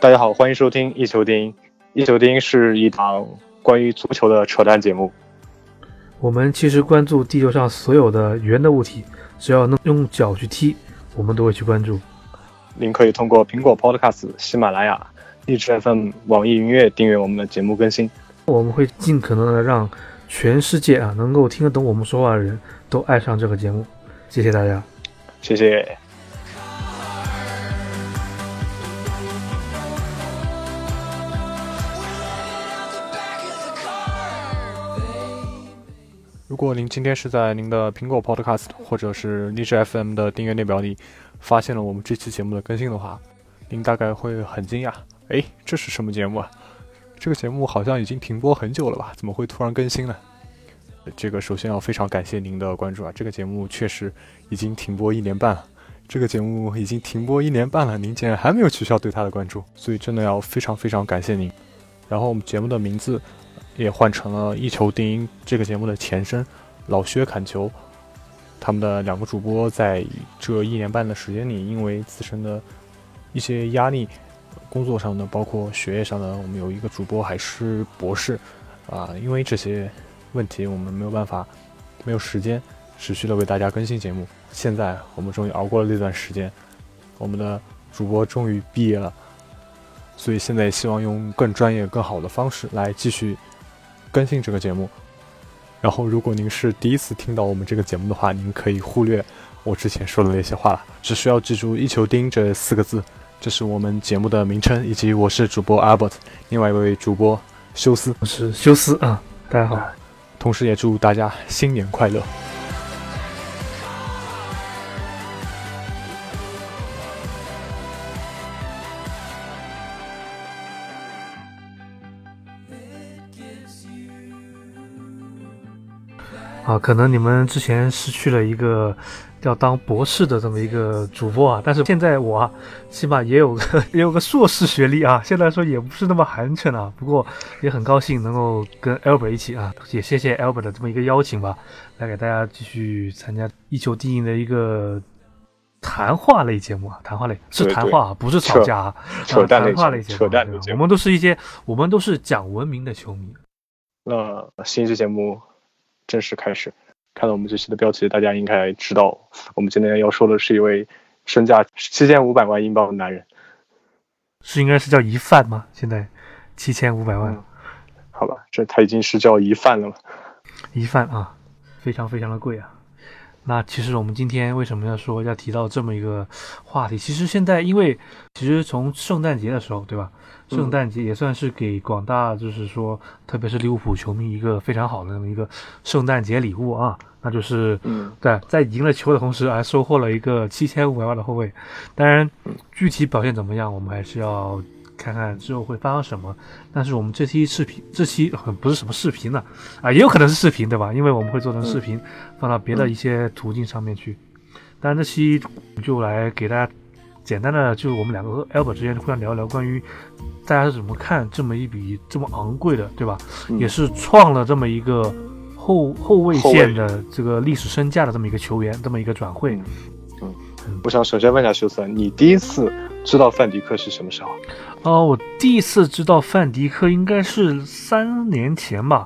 大家好，欢迎收听一球定音。一球定音是一档关于足球的扯淡节目。 我们其实关注地球上所有的圆的物体，只要能用脚去踢，我们都会去关注。 您可以通过苹果 Podcast、喜马拉雅、荔枝 FM、网易云音乐订阅我们的节目更新。 我们会尽可能的让全世界能够听得懂我们说话的人都爱上这个节目。谢谢大家， 谢谢。如果您今天是在您的苹果 Podcast 或者是荔枝 FM 的订阅列表里发现了我们这期节目的更新的话，您大概会很惊讶，这是什么节目啊？这个节目好像已经停播很久了吧？怎么会突然更新呢？这个首先要非常感谢您的关注啊！这个节目确实已经停播1年半了，您竟然还没有取消对它的关注，所以真的要非常非常感谢您。然后我们节目的名字也换成了一球定音这个节目的前身老薛砍球。他们的2个主播在这1年半的时间里，因为自身的一些压力，工作上的包括学业上的，我们有一个主播还是博士因为这些问题我们没有时间持续的为大家更新节目。现在我们终于熬过了那段时间，我们的主播终于毕业了，所以现在希望用更专业更好的方式来继续更新这个节目。然后如果您是第一次听到我们这个节目的话，您可以忽略我之前说的那些话了，只需要记住一球定这4个字，这是我们节目的名称，以及我是主播 Albert， 另外一位主播休斯， 我是休斯大家好， 同时也祝大家新年快乐。 可能你们之前失去了一个要当博士的这么一个主播但是现在我起码也有个硕士学历现在说也不是那么寒碜不过也很高兴能够跟 Albert 一起也谢谢 Albert 的这么一个邀请吧，来给大家继续参加一球定音的一个谈话类节目谈话类是谈话不是吵架扯淡类谈话类节目，我们都是讲文明的球迷。 那新一期节目正式开始，看到我们这期的标题，大家应该知道，我们今天要说的是一位身价7500万英镑的男人， 应该是叫一范吗？现在7500万， 好吧，这他已经是叫一范了嘛？ 一范非常非常的贵那其实我们今天为什么要提到这么一个话题？其实现在因为其实从圣诞节的时候，对吧？圣诞节也算是给广大就是说，特别是利物浦球迷一个非常好的那么一个圣诞节礼物那就是对，在赢了球的同时还收获了一个7500万的后卫。当然，具体表现怎么样，我们还是要看看之后会发生什么。但是我们这期不是什么视频呢也有可能是视频，对吧？因为我们会做成视频放到别的一些途径上面去。当然这期就来给大家简单的就我们2个和 Albert 之间互相聊一聊关于大家是怎么看这么一笔这么昂贵的，对吧？也是创了这么一个后卫线的这个历史身价的这么一个球员，这么一个转会。 我想首先问一下休斯，你第一次知道范迪克是什么时候？ 我第一次知道范迪克应该是3年前吧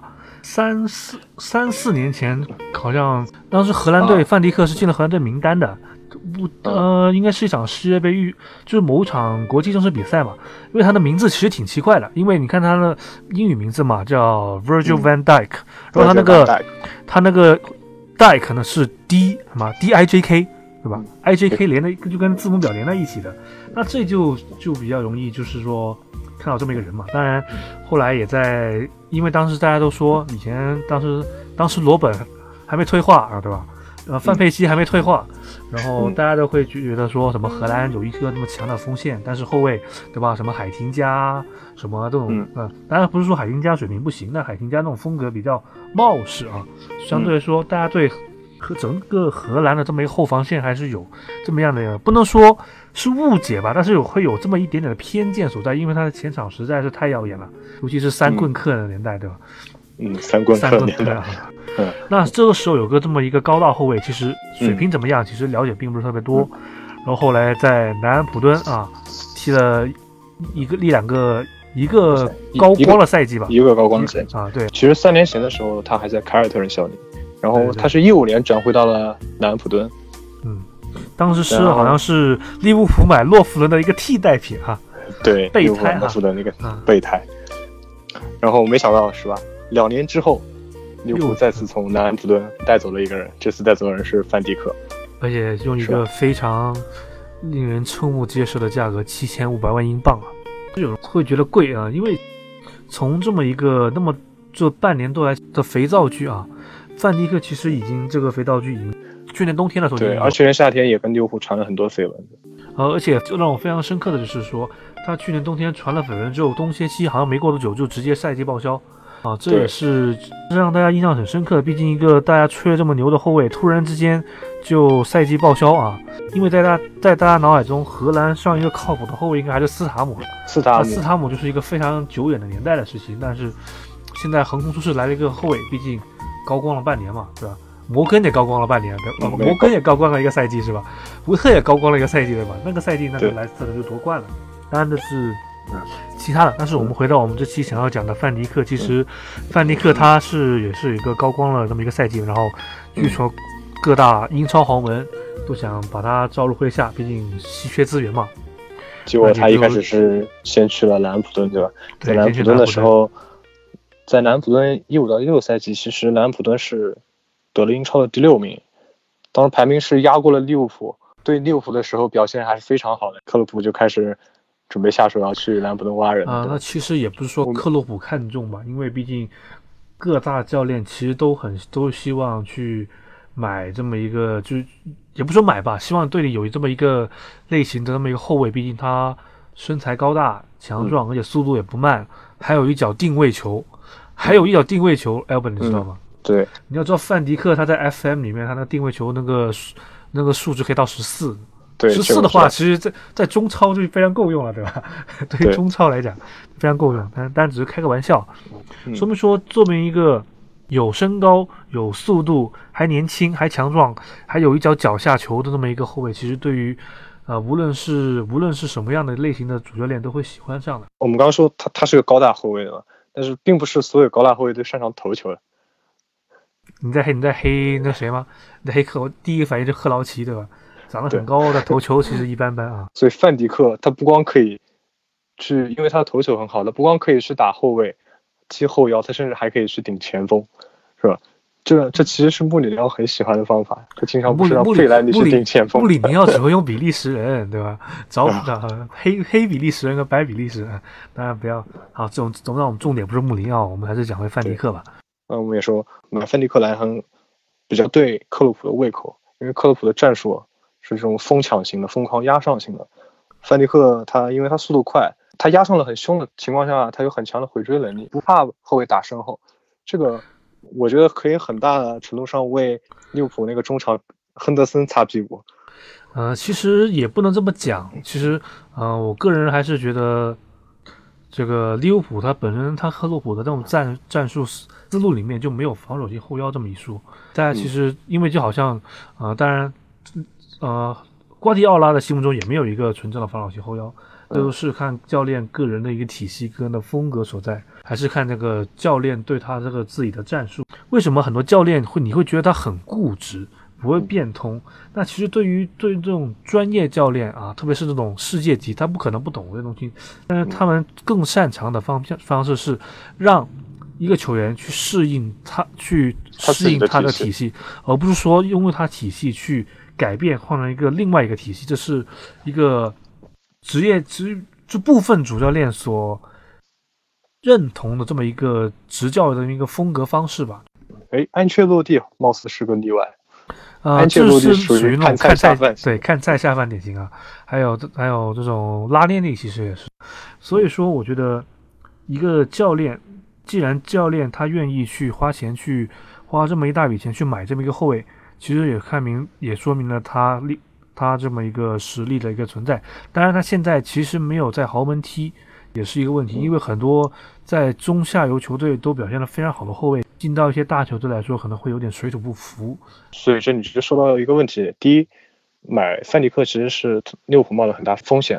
，3-4年前，好像当时荷兰队范迪克是进了荷兰队名单的。应该是一场世界杯就是某场国际正式比赛嘛，因为他的名字其实挺奇怪的，因为你看他的英语名字嘛，叫 Virgil van Dijk， 然后他那个 Dijk 呢是 DIJK， 对吧？IJK 连的就跟字母表连在一起的，那这就比较容易就是说看到这么一个人嘛。当然后来也在，因为当时大家都说以前当时罗本还没退化对吧？范佩西还没退化，然后大家都会觉得说什么荷兰有一个那么强的锋线，但是后卫对吧？什么海廷加什么这种当然不是说海廷加水平不行的，海廷加那种风格比较冒失相对来说大家对整个荷兰的这么一个后防线还是有这么样的，不能说是误解吧，但是会有这么一点点的偏见所在，因为他的前场实在是太耀眼了，尤其是3棍客的年代，对吧 ？3棍客年代。 那这个时候有个这么一个高大后卫，其实水平怎么样，其实了解并不是特别多。然后后来在南安普敦踢了一个高光的赛季吧， 一个高光的赛季啊，对。 其实3年前的时候，他还在凯尔特人效力，然后他是15年转会到了南安普敦。 当时好像是利物浦买洛夫伦的一个替代品啊， 对， 备胎洛夫伦那个备胎。然后没想到是吧？2年之后，利物浦再次从南安普敦带走了一个人，这次带走的人是范迪克， 而且用一个非常令人瞠目结舌的价格，7500万英镑啊！有人会觉得贵啊，因为从这么一个这半年多来的肥皂剧啊，范迪克其实已经这个肥皂剧已经去年冬天的时候对，而去年夏天也跟利物浦传了很多绯闻。 而且就让我非常深刻的就是说，他去年冬天传了绯闻之后，冬歇期好像没过多久就直接赛季报销啊，这也是让大家印象很深刻的。毕竟一个大家吹了这么牛的后卫，突然之间就赛季报销啊！因为在大家脑海中，荷兰上一个靠谱的后卫应该还是斯塔姆，斯塔姆就是一个非常久远的年代的事情。但是现在横空出世来了一个后卫，毕竟高光了半年嘛，对吧？摩根也高光了半年，对吧？摩根也高光了一个赛季，是吧？福特也高光了一个赛季，对吧？那个赛季那个莱斯特就夺冠了。当然这是其他的，但是我们回到我们这期想要讲的范迪克，其实范迪克他也是一个高光了这么一个赛季，然后据说各大英超豪门都想把他招入麾下，毕竟稀缺资源嘛。 结果他一开始是先去了南安普敦，对吧？在南安普敦的时候，在南安普敦15到16赛季，其实南安普敦是得了英超的第6名，当时排名是压过了利物浦。对利物浦的时候表现还是非常好的，克洛普就开始准备下手要去南安普敦挖人那其实也不是说克洛普看重吧，因为毕竟各大教练其实都希望去买这么一个，就是也不说买吧，希望队里有这么一个类型的这么一个后卫，毕竟他身材高大强壮，而且速度也不慢，还有一脚定位球，Albert 你知道吗？ 对， 你要知道范迪克他在 FM 里面他那个定位球那个数值可以到14。 对 ，14的话，其实在中超就非常够用了，对吧？对于中超来讲非常够用，但只是开个玩笑。说明说，作为一个有身高、有速度、还年轻、还强壮、还有一脚下球的这么一个后卫，其实对于无论是什么样的类型的主教练都会喜欢上的。 我们刚刚说他是个高大后卫的嘛，但是并不是所有高大后卫都擅长头球的。 你在黑那谁吗？你在黑我第一个反应是赫劳奇，对吧？长得很高的头球其实一般般啊。 所以范迪克他不光可以去，因为他的头球很好，他不光可以去打后卫、踢后腰，他甚至还可以去顶前锋，是吧？这其实是穆里尼奥很喜欢的方法，他经常不是让费兰尼去顶前锋。 穆里尼奥只会用比利时人，对吧？找黑比利时人和白比利时人，当然不要好。总让我们重点不是穆里尼奥，我们还是讲回范迪克吧。 我们也说买范迪克来比较对克洛普的胃口，因为克洛普的战术是这种疯抢型的、疯狂压上型的。范迪克因为他速度快，他压上了很凶的情况下，他有很强的回追能力，不怕后卫打身后。这个我觉得可以很大的程度上为利物浦那个中场亨德森擦屁股。 其实也不能这么讲。其实我个人还是觉得这个利物浦他本身他克洛普的这种战术思路里面就没有防守型后腰这么一说。大家其实因为就好像当然瓜迪奥拉的心目中也没有一个纯正的防守型后腰，都是看教练个人的一个体系、个人的风格所在，还是看这个教练对他这个自己的战术。为什么很多教练你会觉得他很固执，不会变通？那其实对这种专业教练啊，特别是这种世界级，他不可能不懂这东西，但是他们更擅长的方式是让一个球员去适应他的体系，而不是说用他体系去改变换成另外一个体系。这是一个就部分主教练所认同的这么一个执教的一个风格方式吧。 安切洛蒂貌似是个例外。 这是属于那种看菜下饭典型啊。还有这种拉涅利其实也是。所以说我觉得一个教练，既然教练他愿意去花钱去花这么一大笔钱去买这么一个后卫，其实也说明了他这么一个实力的一个存在。当然他现在其实没有在豪门踢也是一个问题，因为很多在中下游球队都表现得非常好的后卫进到一些大球队来说可能会有点水土不服。 所以这你直接说到一个问题，第一，买范迪克其实是利物浦冒了很大风险的，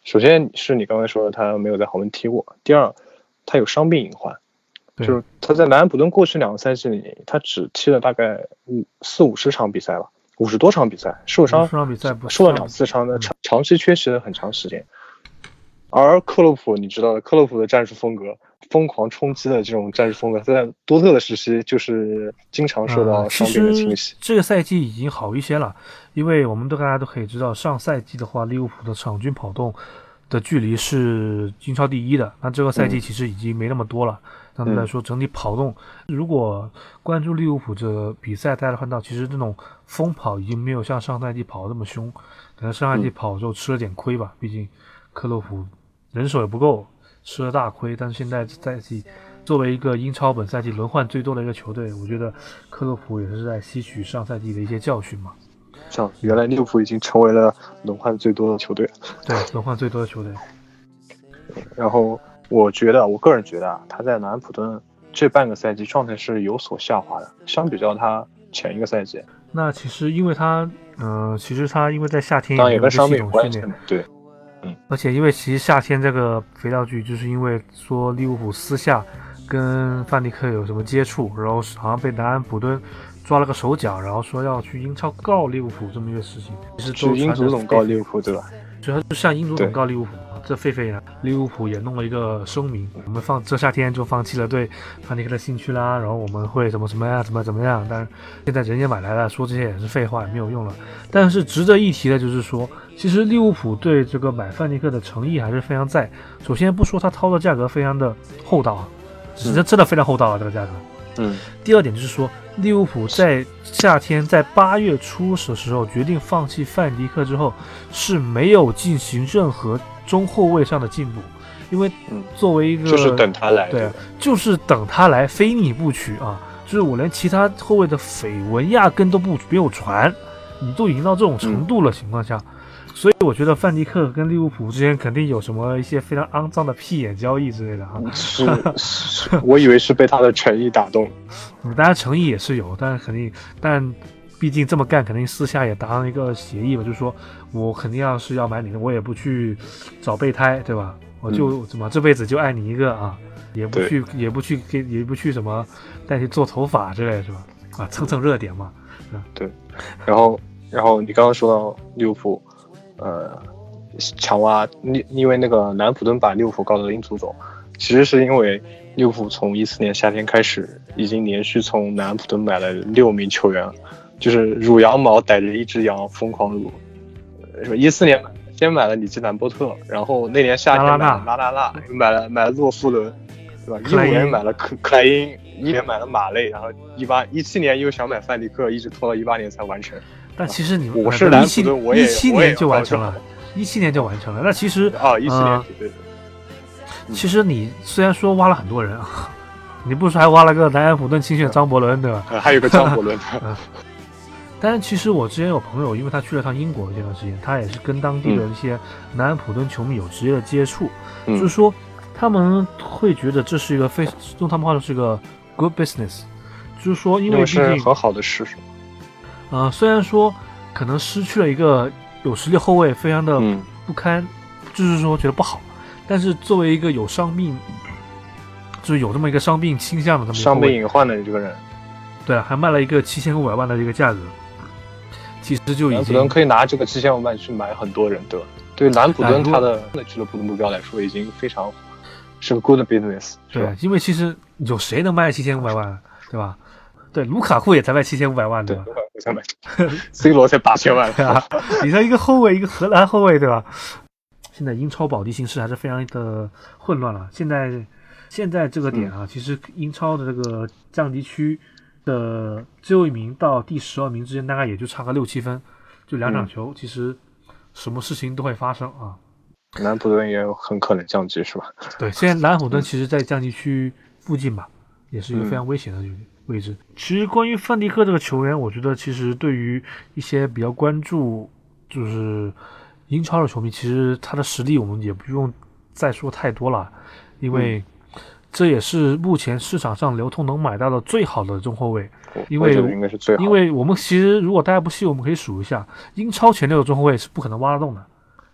首先是你刚才说的他没有在豪门踢过，第二他有伤病隐患，就是他在南安普顿过去2个赛季里，他只踢了大概40-50场比赛吧，50多场比赛，受伤受了2次伤的，长期缺席了很长时间。而克洛普，你知道克洛普的战术风格，疯狂冲击的这种战术风格，在多特的时期就是经常受到伤病的侵袭。 这个赛季已经好一些了，因为我们大家都可以知道，上赛季的话，利物浦的场均跑动的距离是英超第1的，那这个赛季其实已经没那么多了。相对来说，整体跑动，如果关注利物浦这比赛，大家看到其实这种疯跑已经没有像上赛季跑这么凶，可能上赛季跑之后吃了点亏吧，毕竟克洛普人手也不够，吃了大亏。但是现在赛季作为一个英超本赛季轮换最多的一个球队，我觉得克洛普也是在吸取上赛季的一些教训嘛。 像原来利物浦已经成为了轮换最多的球队。 对，轮换最多的球队。 然后我个人觉得他在南安普顿这半个赛季状态是有所下滑的，相比较他前一个赛季。 那其实因为他因为在夏天当然也跟伤病有关系，对。 而且因为其实夏天这个肥料剧，就是因为说利物浦私下跟范迪克有什么接触，然后好像被南安普顿抓了个手脚，然后说要去英超告利物浦这么一个事情，其实都英足总告利物浦对吧？ 主要是向英足总告利物浦，这狒狒呢，利物浦也弄了一个声明，我们这夏天就放弃了对范迪克的兴趣啦，然后我们会怎么样，但是现在人也买来了，说这些也是废话，也没有用了。但是值得一提的就是说，其实利物浦对这个买范迪克的诚意还是非常在。首先不说他掏的价格非常的厚道啊，真的非常厚道啊，这个价格。第二点就是说，利物浦在夏天在8月初的时候决定放弃范迪克之后，是没有进行任何中后卫上的进步，因为作为一个就是等他来， 对，就是等他来，非你不娶啊！就是我连其他后卫的绯闻压根都没有传，你都已经到这种程度了情况下。所以我觉得范迪克跟利物浦之间肯定有什么一些非常肮脏的屁眼交易之类的哈。 是我以为是被他的诚意打动。 当然诚意也是有，但毕竟这么干，肯定私下也达成一个协议吧，就是说我肯定要买你的，我也不去找备胎，对吧？我就这辈子就爱你一个啊，也不去什么带去做头发之类，是吧？啊，蹭热点嘛，是吧？ 对。然后你刚刚说到利物浦。强挖，因为那个南安普顿把利物浦告到了英足总，其实是因为利物浦从14年夏天开始，已经连续从南安普顿买了6名球员，就是乳羊毛逮着一只羊疯狂乳。14年先买了里基南波特，然后那年夏天买了拉纳，买了洛夫伦，对吧？15年买了克莱因，1年买了马类，然后17年又想买范迪克，一直拖到18年才完成。 但其实我是南普顿，我也 17年就完成了，17年就完成了。那其实 17年对。 其实你虽然说挖了很多人啊，你不是还挖了个南安普顿青训张伯伦对吧？ 还有个张伯伦。 但是其实我之前有朋友，因为他去了趟英国这段时间，他也是跟当地的一些南安普顿球迷有直接的接触，就是说他们会觉得这是一个用他们话说是一个 good business， 就是说因为毕竟是很好的事。 虽然说可能失去了一个有实力后卫，非常的不堪，就是说觉得不好，但是作为一个有伤病，就是有这么一个伤病倾向的这么一个后卫， 伤病隐患的这个人， 对，还卖了一个7500万的一个价格，其实就已经南普顿可以拿这个7500万去买很多人，对吧？对南普顿他的俱乐部的目标来说，已经非常是个 good business， 对，因为其实有谁能卖7500万，对吧？对，卢卡库也才卖7500万，对吧？ 卢卡库才卖，C 罗才8000万， 对啊，你像一个后卫，一个荷兰后卫，对吧？现在英超保级形势还是非常的混乱了。现在这个点啊，其实英超的这个降级区的最后一名到第12名之间，大概也就差个6-7分，就2场球，其实什么事情都会发生啊。 南普顿也很可能降级，是吧？ 对，现在南普顿其实在降级区附近吧，也是一个非常危险的位置。其实关于范迪克这个球员，我觉得其实对于一些比较关注就是英超的球迷，其实他的实力我们也不用再说太多了，因为这也是目前市场上流通能买到的最好的中后卫。因为应该是最好的， 因为我们其实如果大家不信，我们可以数一下英超前6的中后卫是不可能挖得动的。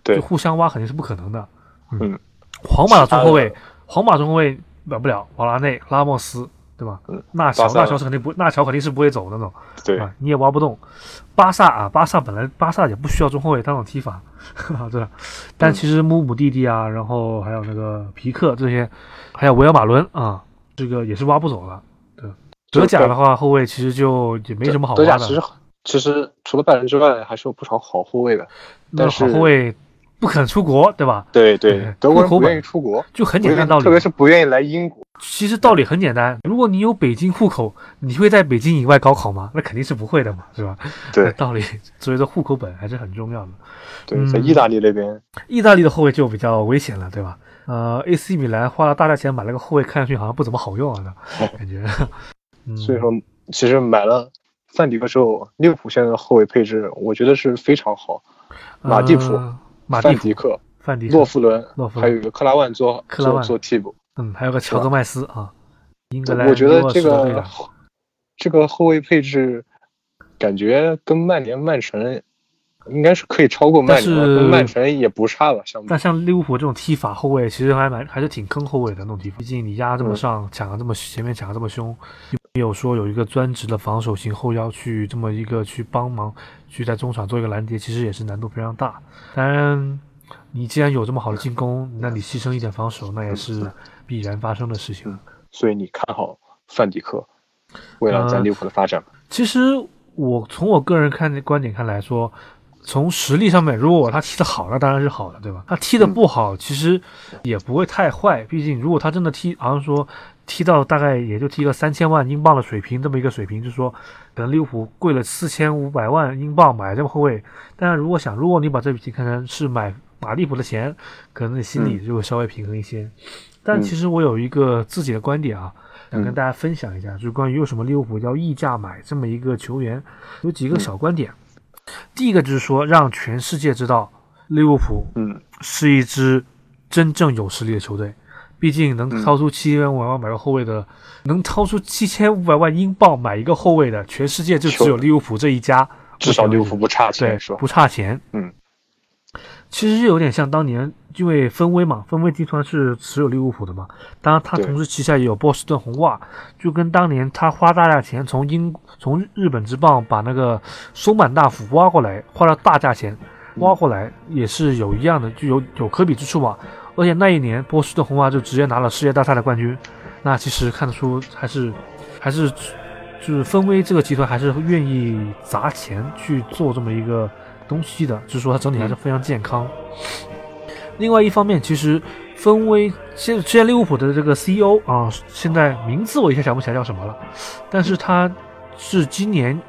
对就互相挖肯定是不可能的。皇马的中后卫，管不了瓦拉内、拉莫斯，对吧？纳乔是肯定不，纳乔肯定是不会走的那种， 对啊，你也挖不动。巴萨本来也不需要中后卫，那种踢法，对吧？但其实姆蒂蒂啊，然后还有那个皮克这些，还有维尔马伦啊，这个也是挖不走了。对，德甲的话，后卫其实就也没什么好挖的。 德甲其实除了拜仁之外，还是有不少好后卫的，但是好后卫不肯出国，对吧？ 对，德国人不愿意出国， 就很简单道理， 特别是不愿意来英国。 其实道理很简单，如果你有北京户口，你会在北京以外高考吗？那肯定是不会的嘛，是吧？ 对， 道理，所以说户口本还是很重要的。 对，在意大利那边， 意大利的后卫就比较危险了，对吧？AC 米兰花了大价钱买了个后卫，看上去好像不怎么好用啊，感觉。 所以说，其实买了范迪克之后，利物浦现在的后卫配置，我觉得是非常好。马蒂普、范迪克、洛夫伦，还有一个克拉万做替补。 还有个乔戈麦斯啊。 我觉得这个后卫配置，感觉跟曼城应该是可以超过曼联，跟曼城也不差了。 但像利物浦这种踢法，后卫其实还是挺坑后卫的那种踢法。毕竟你压这么上，抢这么前面抢这么凶，没有说有一个专职的防守型后腰去这么一个去帮忙，去在中场做一个拦截，其实也是难度非常大。当然，你既然有这么好的进攻，那你牺牲一点防守，那也是必然发生的事情。 所以你看好范迪克未来在利物浦的发展吗？ 其实从我个人观点看来说，从实力上面，如果他踢得好，那当然是好的，对吧？他踢得不好，其实也不会太坏。毕竟，如果他真的好像说踢到大概也就踢个3000万英镑的水平，这么一个水平，就是说可能利物浦贵了4500万英镑买这个后卫。但是如果你把这笔钱看成是买马利普的钱，可能你心里就会稍微平衡一些。但其实我有一个自己的观点啊，想跟大家分享一下，就是关于为什么利物浦要溢价买这么一个球员，有几个小观点。第一个就是说，让全世界知道利物浦是一支真正有实力的球队。毕竟能掏出7500万买个后卫的，能掏出7500万英镑买一个后卫的，全世界就只有利物浦这一家。 至少利物浦不差钱， 对，不差钱。其实有点像当年，因为芬威集团是持有利物浦的嘛，当然他同时旗下也有波士顿红袜，就跟当年他花大价钱从日本职棒把那个松坂大辅挖过来，花了大价钱挖过来，也是有一样的，就有可比之处嘛。而且那一年波士顿红袜就直接拿了世界大赛的冠军，那其实看得出还是就是芬威这个集团还是愿意砸钱去做这么一个东西的，就是说它整体还是非常健康。另外一方面，其实芬威之前利物浦的这个 CEO 啊，现在名字我一下想不起来叫什么了，但是他是去年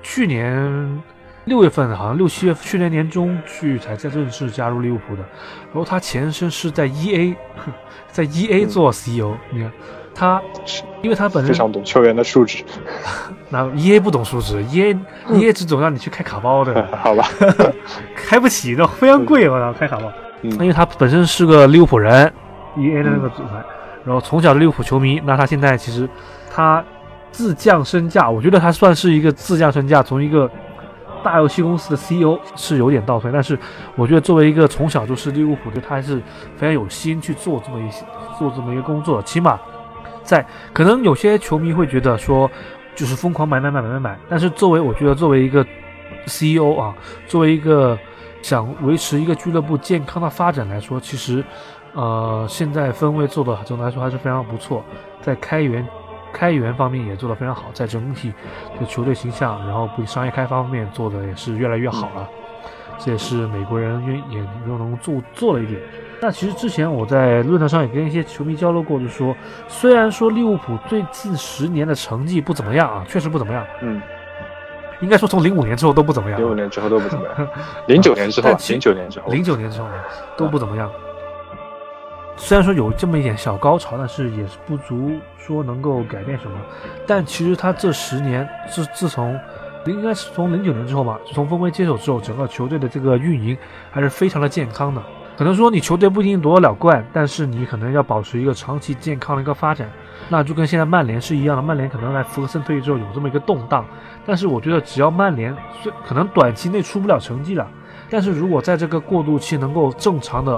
6月份，好像6、7月，去年年中才正式加入利物浦的。然后他前身是在 EA 做 CEO，你看他，因为他本身非常懂球员的素质。 那 EA 不懂素质，EA 只懂让你去开卡包的， 好吧， 开不起的，非常贵，我操，开卡包。因为他本身是个利物浦人，EA 的那个组团，然后从小的利物浦球迷，那他现在其实他自降身价，我觉得他算是一个自降身价，从一个大游戏公司的 CEO 是有点倒退，但是我觉得作为一个从小就是利物浦队，他还是非常有心去做这么一个工作，起码在可能有些球迷会觉得说就是疯狂买，但是我觉得作为一个 CEO 啊，作为一个想维持一个俱乐部健康的发展来说，其实现在分位做的总的来说还是非常不错，在开源方面也做得非常好，在整体的球队形象，然后商业开发方面做的也是越来越好了，这也是美国人也能做了一点。那其实之前我在论坛上也跟一些球迷交流过，就说虽然说利物浦最近10年的成绩不怎么样啊，确实不怎么样，应该说从05年之后都不怎么样 ，05年之后都不怎么样，09年之后都不怎么样。虽然说有这么一点小高潮，但是也是不足说能够改变什么。但其实他这10年自从应该是从09年之后吧，从锋威接手之后，整个球队的这个运营还是非常的健康的。可能说你球队不一定夺得了冠，但是你可能要保持一个长期健康的一个发展。那就跟现在曼联是一样的，曼联可能在弗格森退役之后有这么一个动荡，但是我觉得只要曼联可能短期内出不了成绩了， 但是如果在这个过渡期能够正常的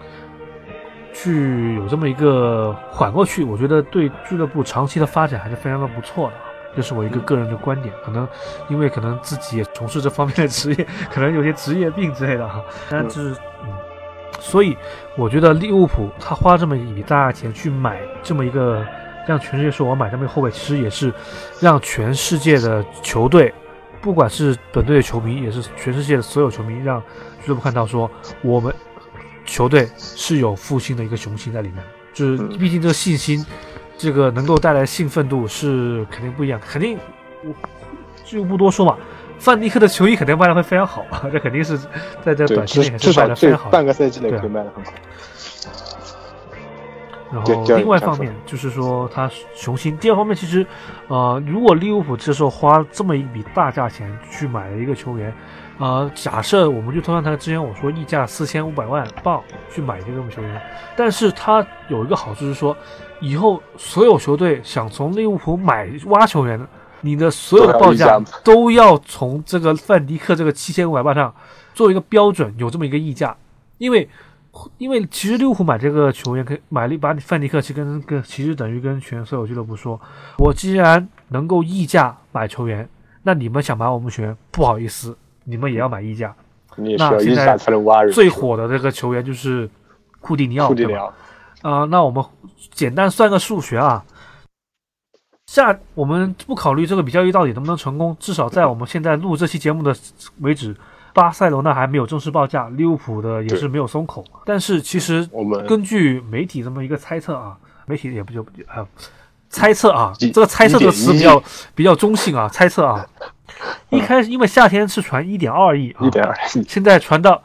去有这么一个缓过去，我觉得对俱乐部长期的发展还是非常的不错的。这是我一个个人的观点，可能因为可能自己也从事这方面的职业，可能有些职业病之类的哈。但是所以我觉得利物浦他花这么一笔大钱去买这么一个，让全世界说我买这么一个后卫，其实也是让全世界的球队，不管是本队的球迷，也是全世界的所有球迷，让俱乐部看到说我们球队是有复兴的一个雄心在里面，就是毕竟这个信心，这个能够带来兴奋度是肯定不一样，肯定我就不多说嘛。范迪克的球衣肯定卖的会非常好，这肯定是在这短期内还是卖的非常好的， 半个赛季内可以卖的很好。 然后另外一方面就是说他雄心，第二方面其实，如果利物浦这时候花这么一笔大价钱去买了一个球员，假设我们就同样他之前我说溢价4500万镑去买这个球员，但是他有一个好处是说，以后所有球队想从利物浦挖球员的，你的所有的报价都要从这个范迪克这个7500万上做一个标准，有这么一个溢价，因为其实利物浦买这个球员，可以把范迪克其实等于跟全所有俱乐部说，我既然能够溢价买球员，那你们想买我们球员，不好意思，你们也要买溢价。 你也需要溢价才能挖人。 最火的这个球员就是库蒂尼奥，那我们简单算个数学啊。我们不考虑这个比交易到底能不能成功，至少在我们现在录这期节目的为止，巴塞罗那还没有正式报价，利物浦的也是没有松口。但是其实根据媒体这么一个猜测啊，媒体也不就猜测啊，这个猜测这个词比较中性啊，猜测啊。一开始因为夏天是传1.2亿啊 ，1.2亿， 现在传到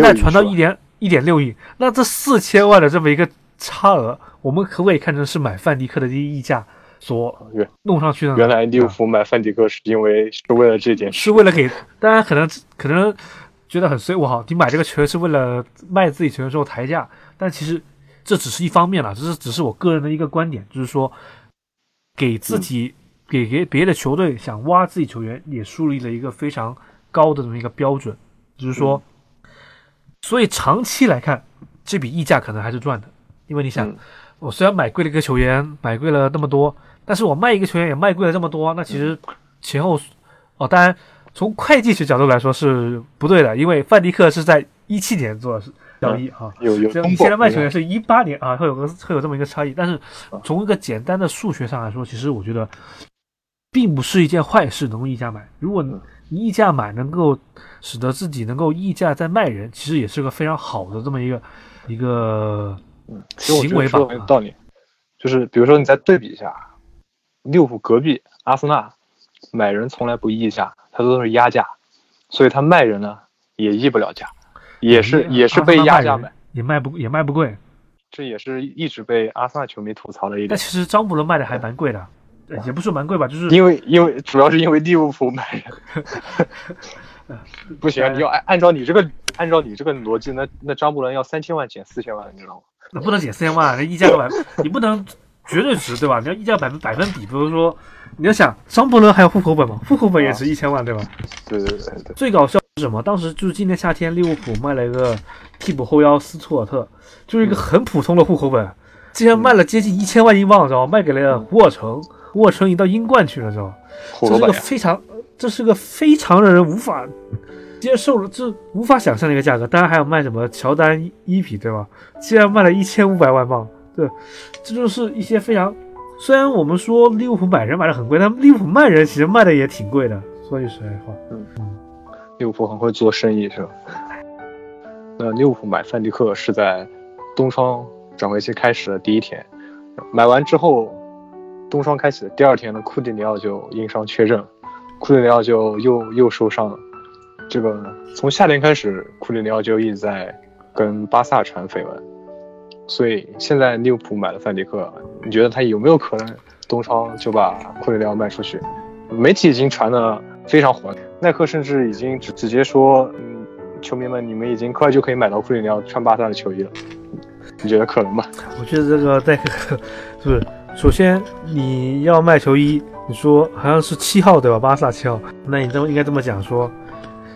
1.6亿，那这4000万的这么一个差额，我们可不可以看成是买范迪克的溢价所弄上去的？ 原来利物浦买范迪克是为了这件事， 是为了给，当然可能觉得很随我好，你买这个球员是为了卖自己球员之后抬价，但其实这只是一方面了，只是我个人的一个观点，就是说给自己给别的球队想挖自己球员也树立了一个非常高的这么一个标准，就是说，所以长期来看，这笔溢价可能还是赚的，因为你想，我虽然买贵了一个球员，买贵了那么多，但是我卖一个球员也卖贵了这么多，那其实前后当然从会计学角度来说是不对的，因为范迪克是在17年做的交易啊，你现在卖球员是18年啊，会有这么一个差异，但是从一个简单的数学上来说，其实我觉得并不是一件坏事，能够溢价买。如果你溢价买能够使得自己能够溢价再卖人，其实也是个非常好的这么一个行为吧。 有道理，就是比如说你再对比一下，利物浦隔壁阿森纳买人从来不溢价，他都是压价，所以他卖人呢也溢不了价，也是被压价买， 也卖不贵。 这也是一直被阿森纳球迷吐槽的一点。 但其实张伯伦卖的还蛮贵的。也不是蛮贵吧，就是因为主要是因为利物浦买人，不行，你要按照你这个逻辑，那张伯伦要3000万减4000万，你知道吗？ 那不能减4000万，那溢价你不能绝对值，对吧？你要溢价百分比，比如说你要想张伯伦还有户口本嘛，户口本也值1000万，对吧？ 对。 最搞笑是什么？当时就是今年夏天利物浦卖了一个替补后腰斯图尔特，就是一个很普通的户口本，竟然卖了接近1000万英镑，知道吗？卖给了胡尔城。沃城已经到英冠去了，知道吗？这是个非常让人无法接受的，这无法想象的一个价格。当然还有卖什么乔丹一匹，对吧？竟然卖了1500万镑，对，这就是一些非常。虽然我们说利物浦买人买的很贵，但利物浦卖人其实卖的也挺贵的。说句实在话， 利物浦很会做生意，是吧？那利物浦买范迪克是在冬窗转会期开始的第一天，买完之后。冬窗开启的第2天呢，库蒂尼奥就因伤缺阵，库蒂尼奥就又受伤了。这个从夏天开始，库蒂尼奥就一直在跟巴萨传绯闻，所以现在利物浦买了范迪克，你觉得他有没有可能冬窗就把库蒂尼奥卖出去？媒体已经传得非常火，耐克甚至已经直接说，球迷们，你们已经快就可以买到库蒂尼奥穿巴萨的球衣了，你觉得可能吗？ 我觉得这个耐克是不是？首先你要卖球衣，你说好像是7号对吧？巴萨7号，那你应该这么讲说，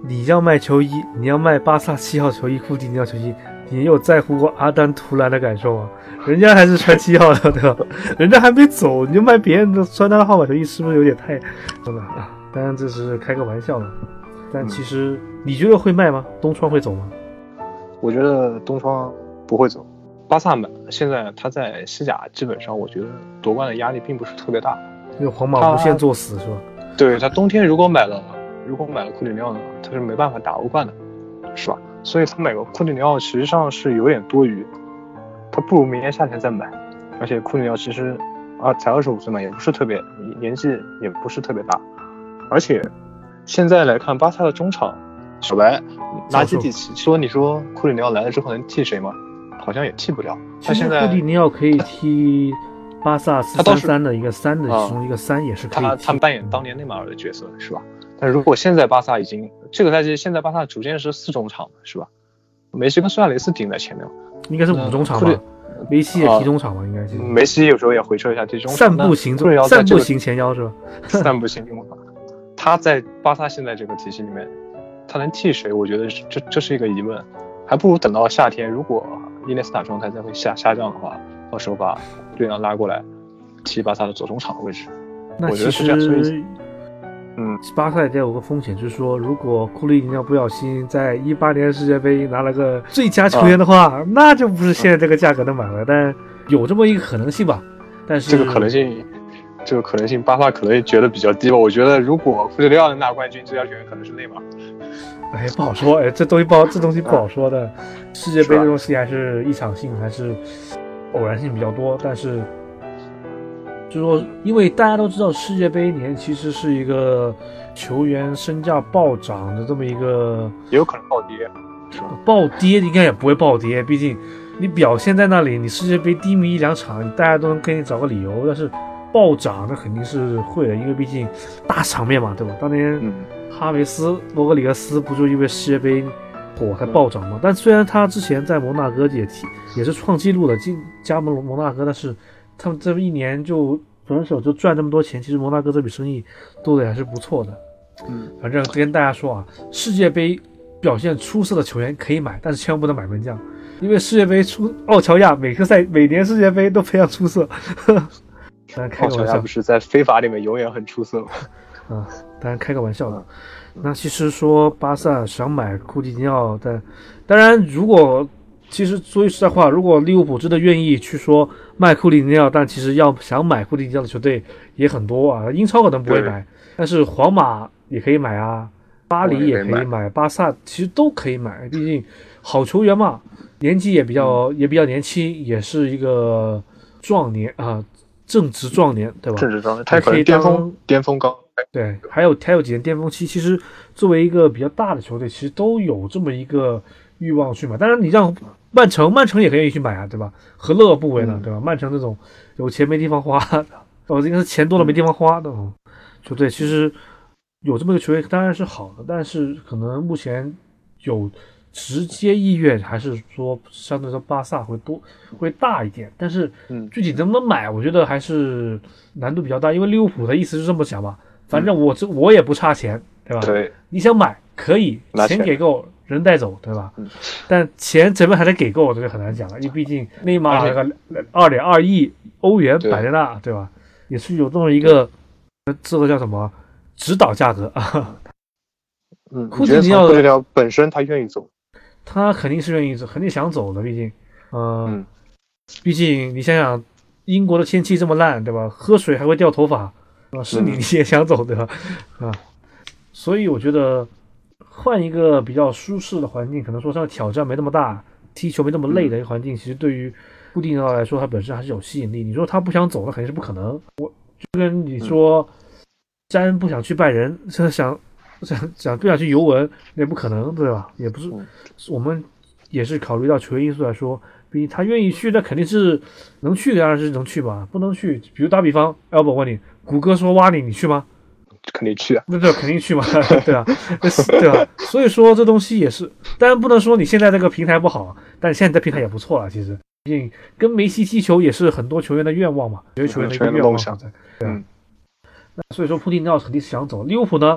你要卖球衣，你要卖巴萨7号球衣、库蒂尼奥球衣，你有在乎过阿丹图兰的感受吗？人家还是穿7号的，对吧？人家还没走，你就卖别人的穿他的号码球衣，是不是有点太真的啊？当然这是开个玩笑的，但其实你觉得会卖吗？东窗会走吗？ 我觉得东窗不会走。巴萨现在他在西甲基本上，我觉得夺冠的压力并不是特别大， 因为皇马无限作死是吧？ 对，他冬天如果买了库里尼奥呢，他是没办法打欧冠的，是吧？所以他买个库里尼奥实际上是有点多余，他不如明年夏天再买。而且库里尼奥其实才25岁嘛，也不是特别年纪也不是特别大，而且现在来看巴萨的中场小白拿基蒂奇，你说库里尼奥来了之后能替谁吗？好像也替不了。他现在库里尼奥可以踢巴萨4-3-3的一个3的其中一个3也是可以踢。 他扮演当年内马尔的角色是吧？但如果现在巴萨已经这个赛季，现在巴萨主线是4中场是吧？梅西跟苏亚雷斯顶在前面， 应该是5中场吧？梅西也踢中场吧？应该是。 梅西有时候也回撤一下踢中场。 散步型前腰是吧？ 散步型中场。他在巴萨现在这个体系里面，他能替谁？我觉得这是一个疑问，还不如等到夏天，如果伊涅斯塔状态再会下降的话，到时候把队长拉过来踢巴萨的左中场的位置。 那其实，巴萨也有个风险，就是说，如果库里尼奥不小心在18年世界杯拿了个最佳球员的话，那就不是现在这个价格能买回来。但有这么一个可能性吧。但是这个可能性，巴萨可能觉得比较低吧。我觉得如果库里尼奥能拿冠军，最佳球员可能是内马尔。 不好说，这东西不好说的。世界杯这东西还是异常性，还是偶然性比较多。但是，就是说，因为大家都知道，世界杯年其实是一个球员身价暴涨的这么一个， 也有可能暴跌，是吧？ 暴跌应该也不会暴跌，毕竟你表现在那里，你世界杯低迷1-2场，大家都能给你找个理由。但是暴涨那肯定是会的，因为毕竟大场面嘛，对吧？当年哈维斯、罗格里格斯不就因为世界杯火才暴涨吗？但虽然他之前在摩纳哥也是创纪录的，加盟摩纳哥，但是他们这一年就转手就赚这么多钱，其实摩纳哥这笔生意做的还是不错的。反正跟大家说啊，世界杯表现出色的球员可以买，但是千万不能买门将，因为世界杯奥乔亚每年世界杯都非常出色。 奥乔亚不是在非法里面永远很出色吗？ 当然开个玩笑的。那其实说巴萨想买库蒂尼奥，但当然其实说句实在话，如果利物浦真的愿意去说卖库蒂尼奥，但其实想买库蒂尼奥的球队也很多啊。英超可能不会买，但是皇马也可以买啊，巴黎也可以买，巴萨其实都可以买，毕竟好球员嘛，年纪也比较年轻，也是一个壮年啊，正值壮年，对吧？ 正值壮年，他可以巅峰高。 对，还有几年巅峰期，其实作为一个比较大的球队，其实都有这么一个欲望去买。当然，你让曼城也可以去买啊，对吧？何乐而不为呢，对吧？曼城这种有钱没地方花，应该是钱多了没地方花的球队，其实有这么一个球员当然是好的，但是可能目前有直接意愿还是说相对说巴萨会大一点，但是具体能不能买，我觉得还是难度比较大，因为利物浦的意思是这么想吧。反正我也不差钱，对吧？ 对， 你想买可以，钱给够，人带走，对吧？但钱怎么还得给够，这就很难讲了，因为毕竟内马尔那个2.2亿欧元摆在那，对吧？也是有这么一个这个叫什么指导价格啊。 库蒂尼奥本身他愿意走， 他肯定是愿意走，肯定想走的，毕竟，毕竟你想想，英国的天气这么烂，对吧？喝水还会掉头发。是你也想走对吧？所以我觉得换一个比较舒适的环境，可能说上挑战没那么大，踢球没那么累的一个环境，其实对于库蒂尼奥来说，他本身还是有吸引力。你说他不想走，那肯定是不可能。我就跟你说，詹不想去拜仁，想不想去尤文，那也不可能，对吧？也不是，我们也是考虑到球员因素来说，毕竟他愿意去，那肯定是能去的，当然是能去吧。不能去，比如打比方 ，Albert 问你。谷歌说挖你去吗？ 肯定去啊， 那肯定去嘛，对吧？对吧？所以说这东西也是，当然不能说你现在这个平台不好，但现在这平台也不错了。其实，毕竟跟梅西踢球也是很多球员的愿望嘛，有些球员的一个愿望。对啊。那所以说，库蒂尼奥肯定是想走。利物浦呢，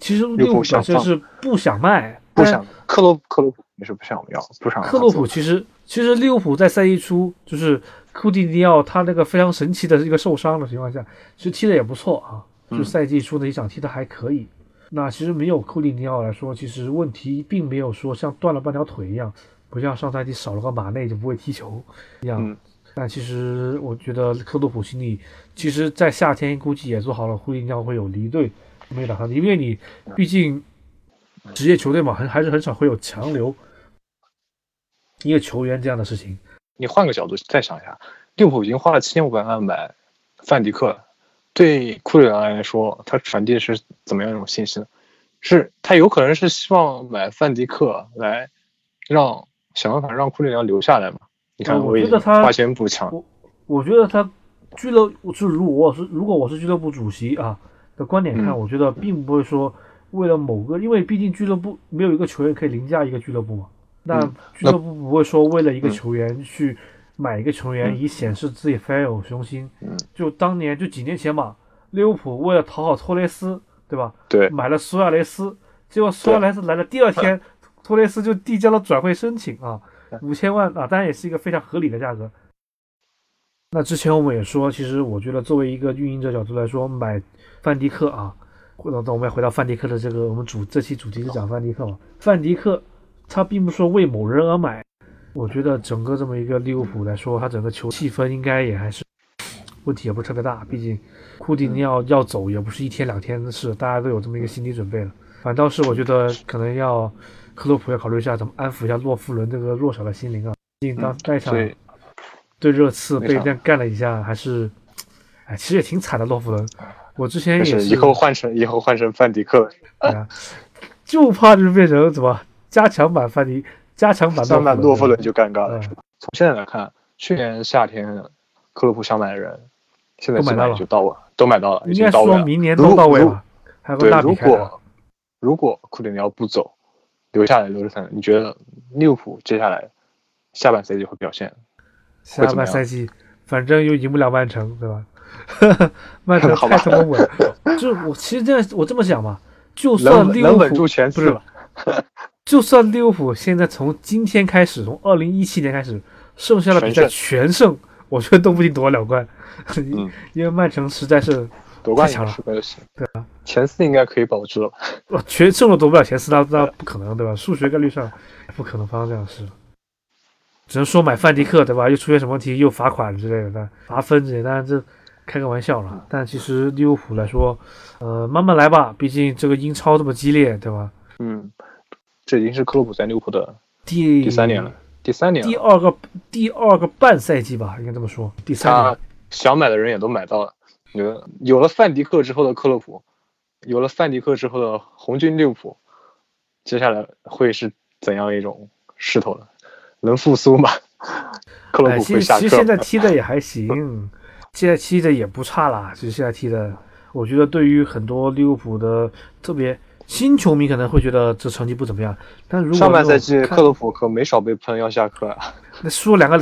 其实利物浦本身是不想卖， 不想克洛普也是不想要，不想克洛普其实利物浦在赛季初就是库蒂尼奥他那个非常神奇的一个受伤的情况下，其实踢的也不错啊，就赛季初的一场踢的还可以。那其实没有库蒂尼奥来说，其实问题并没有说像断了半条腿一样，不像上赛季少了个马内就不会踢球一样。但其实我觉得克洛普心里，其实在夏天估计也做好了库蒂尼奥会有离队没有打算，因为你毕竟职业球队嘛，还是很少会有强留一个球员这样的事情。 你换个角度再想一下，利物浦已经花了7500万买范迪克了，对库里昂来说，他传递的是怎么样一种信息呢？是他有可能是希望买范迪克来想办法让库里昂留下来嘛？你看， 我觉得他花钱补强。 我觉得他俱乐部是如果我是俱乐部主席啊的观点看，我觉得并不会说为了某个，因为毕竟俱乐部没有一个球员可以凌驾一个俱乐部嘛。那俱乐部不会说为了一个球员去买一个球员以显示自己非常有雄心。就当年就几年前嘛，利物浦为了讨好托雷斯，对吧？ 对， 买了苏亚雷斯，结果苏亚雷斯来了第二天，托雷斯就递交了转会申请啊，5000万啊，当然也是一个非常合理的价格。那之前我们也说，其实我觉得作为一个运营者角度来说，买范迪克啊，我们要回到范迪克的这个，我们这期主题是讲范迪克嘛，范迪克。他并不是说为某人而买，我觉得整个这么一个利物浦来说，他整个球气氛应该也还是问题也不是特别大，毕竟库蒂尼奥要走也不是1天2天的事，大家都有这么一个心理准备了。反倒是我觉得可能克洛普要考虑一下怎么安抚一下洛夫伦这个弱小的心灵啊，毕竟当那场对热刺被这样干了一下，还是其实也挺惨的洛夫伦。我之前也是以后换成范迪克， 就怕就是变成怎么加强版洛夫伦就尴尬了。从现在来看，去年夏天克洛普想买的人，现在基本上就到位，都买到了， 应该说明年都到位了。还有个大比开打。 如果库蒂尼奥不走，留下来留着他，你觉得利物浦接下来下半赛季会表现？ 下半赛季反正又赢不了曼城，对吧？曼城太他妈稳。就我其实我这么想吧，就算利物浦稳住前四了。 就算利物浦现在从今天开始，从2017年开始，剩下的比赛全胜，我觉得都不一定夺得了冠，因为曼城实在是夺冠太强了。对啊， 前4应该可以保住了。 全胜了夺不了前4，那不可能，对吧？数学概率上不可能发生这样的事。只能说买范迪克，对吧？又出现什么问题，又罚款之类的，罚分之类的，当然这开个玩笑了。但其实利物浦来说，慢慢来吧，毕竟这个英超这么激烈，对吧？ 这已经是克洛普在利物浦的第3年了， 第二个半赛季吧，应该这么说。第3年， 他想买的人也都买到了。有了范迪克之后的克洛普，有了范迪克之后的红军利物浦，接下来会是怎样一种势头呢？能复苏吗？克洛普会下课。 其实现在踢的也还行，现在踢的也不差啦。其实现在踢的，我觉得对于很多利物浦的特别新球迷可能会觉得这成绩不怎么样，但如果上半赛季克洛普可没少被喷要下课啊。 那输了个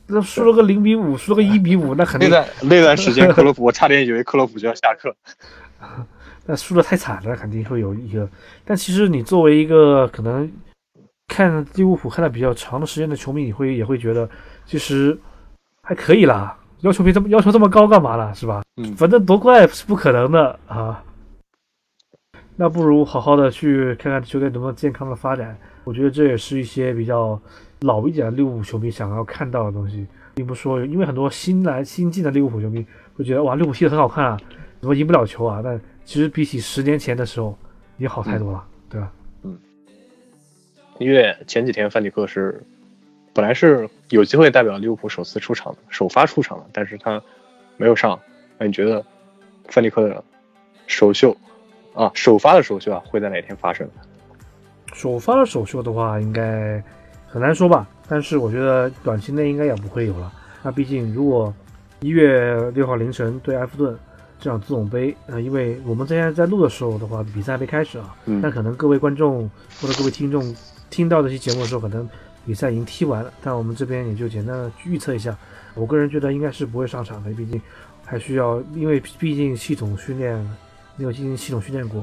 0-5，输了个1-5，那肯定那段时间克洛普，我差点以为克洛普就要下课。 那输的太惨了，肯定会有一个。但其实你作为一个可能看利物浦看了比较长的时间的球迷，也会觉得其实还可以啦。要求这么高干嘛了，是吧？反正夺冠是不可能的啊。那不如好好的去看看球队能不能健康的发展。我觉得这也是一些比较老一点的利物浦球迷想要看到的东西，并不说因为很多新进的利物浦球迷会觉得哇，利物浦踢得很好看啊，怎么赢不了球啊？但其实比起10年前的时候也好太多了，对吧？ 因为前几天范迪克本来是有机会代表利物浦首发出场的，但是他没有上。那你觉得范迪克的首发的首秀会在哪天发生？ 首发的首秀的话，应该很难说吧，但是我觉得短期内应该也不会有了。那毕竟如果1月6号凌晨对埃弗顿这场足总杯，因为我们现在在录的时候的话，比赛还没开始啊，但可能各位观众或者各位听众听到这期节目的时候，可能比赛已经踢完了，但我们这边也就简单的预测一下，我个人觉得应该是不会上场的，毕竟还需要，因为毕竟系统训练没有进行系统训练过，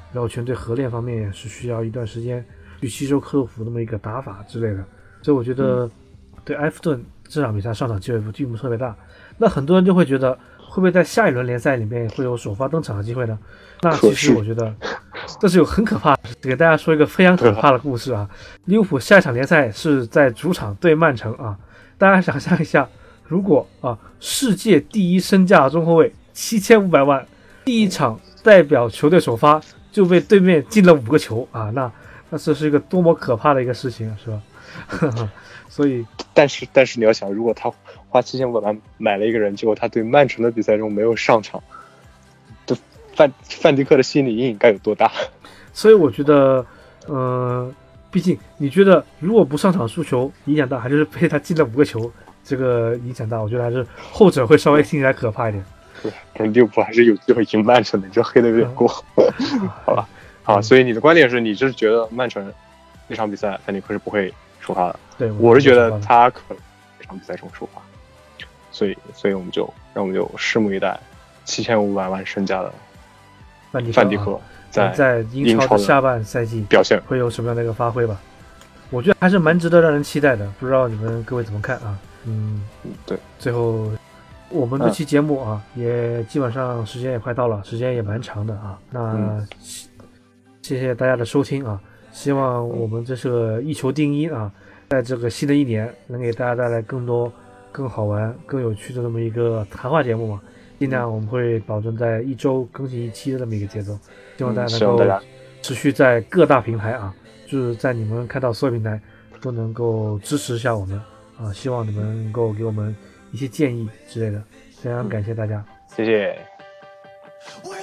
然后全队合练方面也是需要一段时间去吸收克服那么一个打法之类的，所以我觉得对埃弗顿这场比赛上场机会并不特别大。那很多人就会觉得会不会在下一轮联赛里面会有首发登场的机会呢？那其实我觉得这是有很可怕的，给大家说一个非常可怕的故事啊。利物浦下一场联赛是在主场对曼城啊，大家想象一下，如果世界第一身价中后卫7500万，第一场代表球队首发就被对面进了5个球啊，那这是一个多么可怕的一个事情，是吧？所以， 但是你要想，如果他花7500万买了一个人，结果他对曼城的比赛中没有上场，这范迪克的心理阴影该有多大？ 所以我觉得，毕竟你觉得如果不上场输球影响大，还是被他进了5个球这个影响大？我觉得还是后者会稍微听起来可怕一点。 可是利物浦还是有机会赢曼城的，你这黑的有点过，好吧？好，所以你的观点是，你就是觉得曼城那场比赛范迪克是不会首发的？ 对， 我是觉得他可能这场比赛中首发，所以我们就拭目以待，7500万身价的范迪克在英超的下半赛季表现会有什么样的一个发挥吧？我觉得还是蛮值得让人期待的，不知道你们各位怎么看啊？ 对。 最后，我们这期节目啊，也基本上时间也快到了，时间也蛮长的啊。那谢谢大家的收听啊！希望我们这是个一球定音啊，在这个新的一年能给大家带来更多、更好玩、更有趣的这么一个谈话节目嘛。尽量我们会保证在1周更新1期的这么一个节奏，希望大家能够持续在各大平台啊，就是在你们看到所有平台都能够支持一下我们啊，希望你们能够给我们一些建议之类的，非常感谢大家， 谢谢。